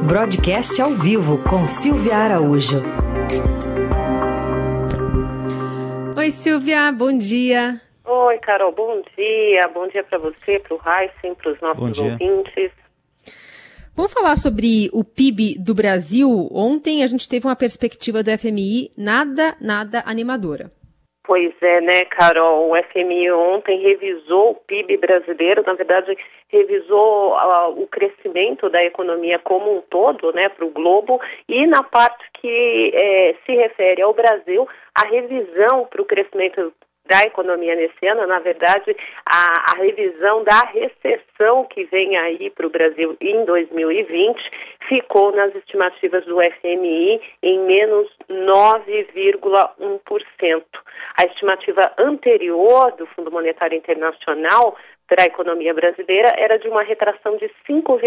Broadcast ao vivo com Silvia Araújo. Oi, Silvia, bom dia. Oi, Carol, bom dia. Bom dia para você, para o Heisen, para os nossos ouvintes. Vamos falar sobre o PIB do Brasil. Ontem a gente teve uma perspectiva do FMI nada animadora. Pois é, né, Carol? O FMI ontem revisou o PIB brasileiro, na verdade, revisou o crescimento da economia como um todo, né, para o globo, e na parte que se refere ao Brasil, a revisão para o crescimento da economia nesse ano, na verdade, a revisão da recessão que vem aí para o Brasil em 2020 ficou nas estimativas do FMI em menos 9,1%. A estimativa anterior do Fundo Monetário Internacional para a economia brasileira era de uma retração de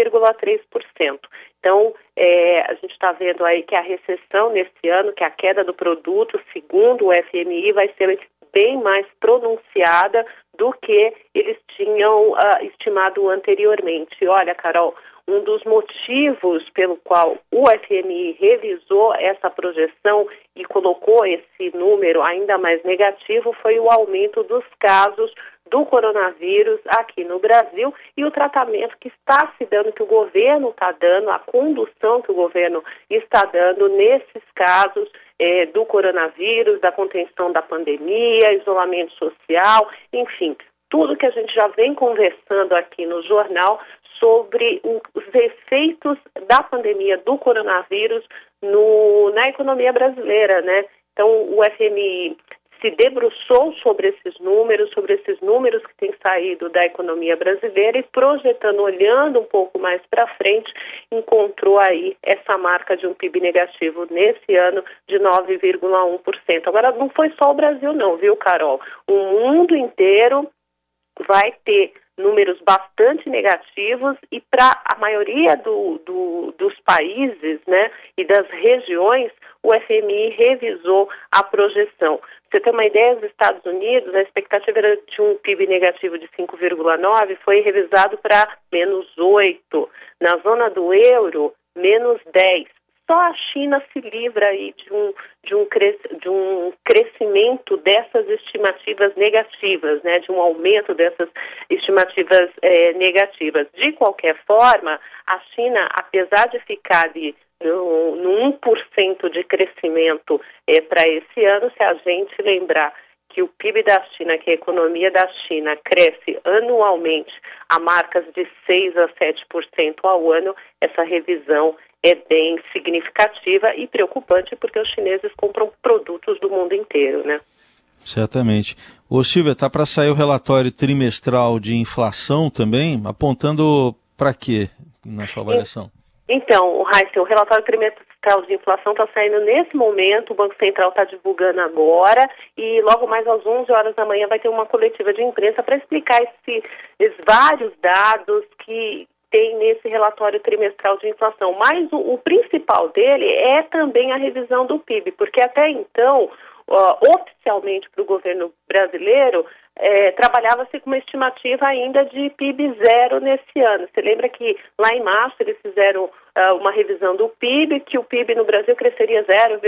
5,3%. Então, a gente está vendo aí que a recessão nesse ano, que a queda do produto, segundo o FMI, vai ser bem mais pronunciada do que eles tinham estimado anteriormente. Olha, Carol, um dos motivos pelo qual o FMI revisou essa projeção e colocou esse número ainda mais negativo foi o aumento dos casos do coronavírus aqui no Brasil e o tratamento que está se dando, que o governo está dando, a condução que o governo está dando nesses casos do coronavírus, da contenção da pandemia, isolamento social, enfim, tudo que a gente já vem conversando aqui no jornal sobre os efeitos da pandemia do coronavírus na economia brasileira, né? Então, o FMI se debruçou sobre esses números que têm saído da economia brasileira e projetando, olhando um pouco mais para frente, encontrou aí essa marca de um PIB negativo nesse ano de 9,1%. Agora, não foi só o Brasil não, viu, Carol? O mundo inteiro vai ter números bastante negativos e para a maioria dos países, né, e das regiões, o FMI revisou a projeção. Pra você ter uma ideia, nos Estados Unidos, a expectativa era de um PIB negativo de 5,9, foi revisado para menos 8. Na zona do euro, menos 10. Só a China se livra aí de um crescimento dessas estimativas negativas, né, de um aumento dessas estimativas negativas. De qualquer forma, a China, apesar de ficar ali no 1% de crescimento para esse ano, se a gente lembrar que o PIB da China, que a economia da China cresce anualmente a marcas de 6 a 7% ao ano, essa revisão é bem significativa e preocupante porque os chineses compram produtos do mundo inteiro, né? Certamente. Ô Silvia, está para sair o relatório trimestral de inflação também, apontando para quê na sua avaliação? Então, Heisen, o relatório trimestral de inflação está saindo nesse momento, o Banco Central está divulgando agora e logo mais às 11 horas da manhã vai ter uma coletiva de imprensa para explicar esses vários dados que tem nesse relatório trimestral de inflação. Mas o principal dele é também a revisão do PIB, porque até então, oficialmente para o governo brasileiro, trabalhava-se com uma estimativa ainda de PIB zero nesse ano. Você lembra que lá em março eles fizeram uma revisão do PIB, que o PIB no Brasil cresceria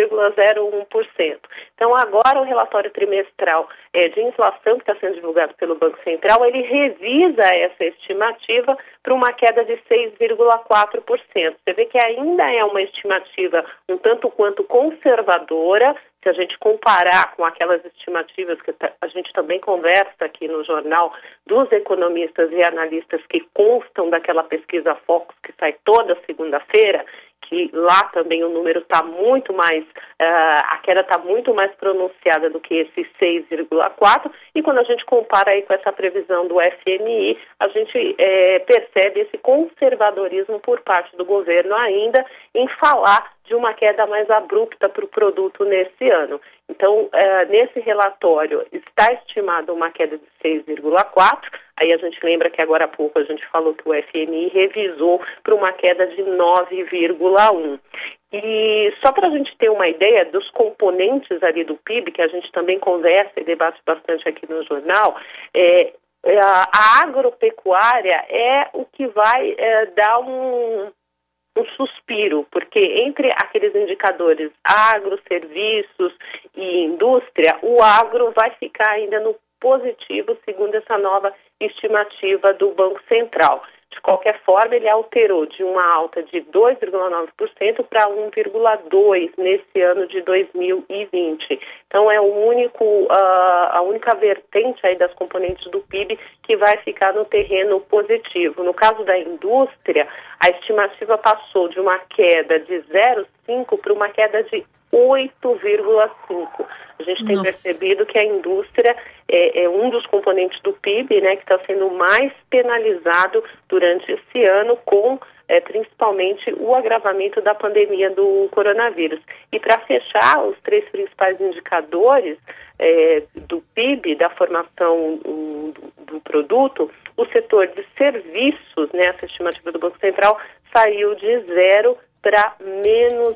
0,01%. Então agora o relatório trimestral de inflação que está sendo divulgado pelo Banco Central, ele revisa essa estimativa para uma queda de 6,4%. Você vê que ainda é uma estimativa um tanto quanto conservadora, se a gente comparar com aquelas estimativas que a gente também conversa aqui no jornal dos economistas e analistas que constam daquela pesquisa Focus que sai toda segunda-feira, que lá também o número está muito mais, a queda está muito mais pronunciada do que esse 6,4%, e quando a gente compara aí com essa previsão do FMI, a gente percebe esse conservadorismo por parte do governo ainda em falar de uma queda mais abrupta para o produto nesse ano. Então, nesse relatório está estimada uma queda de 6,4%, aí a gente lembra que agora há pouco a gente falou que o FMI revisou para uma queda de 9,1%. E só para a gente ter uma ideia dos componentes ali do PIB, que a gente também conversa e debate bastante aqui no jornal, a agropecuária é o que vai dar um suspiro, porque entre aqueles indicadores agro, serviços e indústria, o agro vai ficar ainda no positivo, segundo essa nova estimativa do Banco Central. De qualquer forma, ele alterou de uma alta de 2,9% para 1,2% nesse ano de 2020. Então, é a única vertente aí das componentes do PIB que vai ficar no terreno positivo. No caso da indústria, a estimativa passou de uma queda de 0,5% para uma queda de 8,5%. A gente tem percebido que a indústria é um dos componentes do PIB, né, que está sendo mais penalizado durante esse ano, com principalmente o agravamento da pandemia do coronavírus. E para fechar, os 3 principais indicadores do PIB, da formação do produto, o setor de serviços, né, essa estimativa do Banco Central, saiu de 0 para menos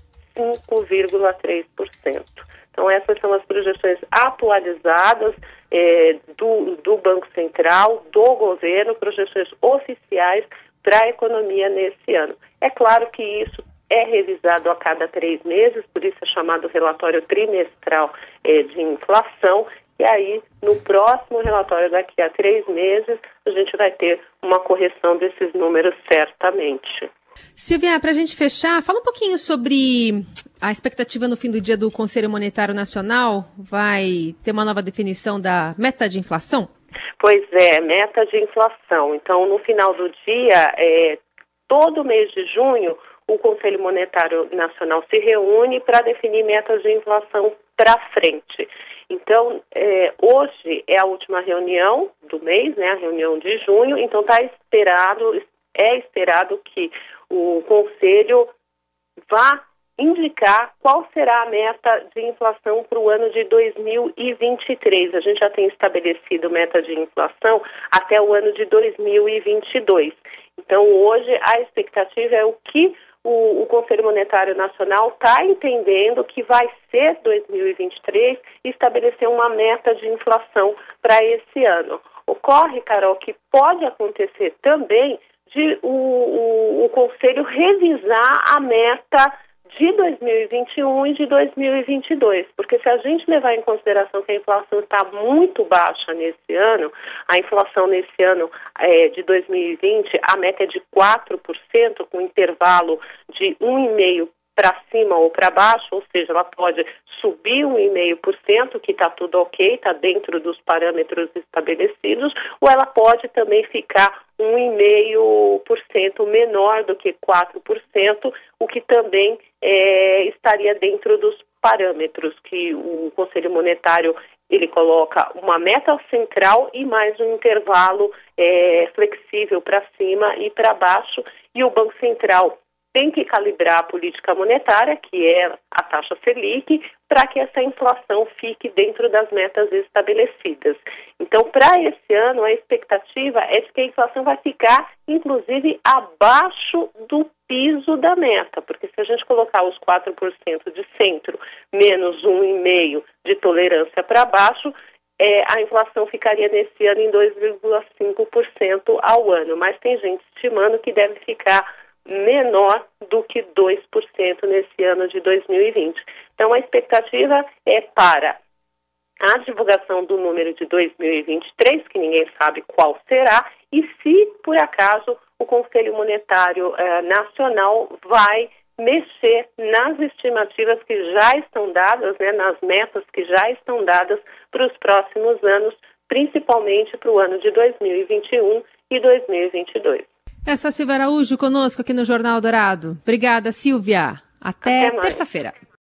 5,3%. Então, essas são as projeções atualizadas do Banco Central, do governo, projeções oficiais para a economia nesse ano. É claro que isso é revisado a cada 3 meses, por isso é chamado relatório trimestral de inflação, e aí, no próximo relatório daqui a 3 meses, a gente vai ter uma correção desses números certamente. Silvia, para a gente fechar, fala um pouquinho sobre a expectativa no fim do dia do Conselho Monetário Nacional. Vai ter uma nova definição da meta de inflação? Pois é, meta de inflação. Então, no final do dia, todo mês de junho, o Conselho Monetário Nacional se reúne para definir metas de inflação para frente. Então, hoje é a última reunião do mês, né, a reunião de junho, então é esperado que o Conselho vá indicar qual será a meta de inflação para o ano de 2023. A gente já tem estabelecido meta de inflação até o ano de 2022. Então, hoje, a expectativa é o que o Conselho Monetário Nacional está entendendo que vai ser 2023 e estabelecer uma meta de inflação para esse ano. Ocorre, Carol, que pode acontecer também de o Conselho revisar a meta de 2021 e de 2022, porque se a gente levar em consideração que a inflação está muito baixa nesse ano, a inflação nesse ano de 2020, a meta é de 4%, com intervalo de 1,5% para cima ou para baixo, ou seja, ela pode subir 1,5%, que está tudo ok, está dentro dos parâmetros estabelecidos, ou ela pode também ficar 1,5% menor do que 4%, o que também estaria dentro dos parâmetros que o Conselho Monetário ele coloca uma meta central e mais um intervalo flexível para cima e para baixo, e o Banco Central tem que calibrar a política monetária, que é a taxa Selic, para que essa inflação fique dentro das metas estabelecidas. Então, para esse ano, a expectativa é de que a inflação vai ficar, inclusive, abaixo do piso da meta, porque se a gente colocar os 4% de centro, menos 1,5% de tolerância para baixo, a inflação ficaria nesse ano em 2,5% ao ano. Mas tem gente estimando que deve ficar menor do que 2% nesse ano de 2020. Então, a expectativa é para a divulgação do número de 2023, que ninguém sabe qual será, e se, por acaso, o Conselho Monetário Nacional vai mexer nas estimativas que já estão dadas, né, nas metas que já estão dadas para os próximos anos, principalmente para o ano de 2021 e 2022. Essa é Silvia Araújo conosco aqui no Jornal Dourado. Obrigada, Silvia. Até terça-feira.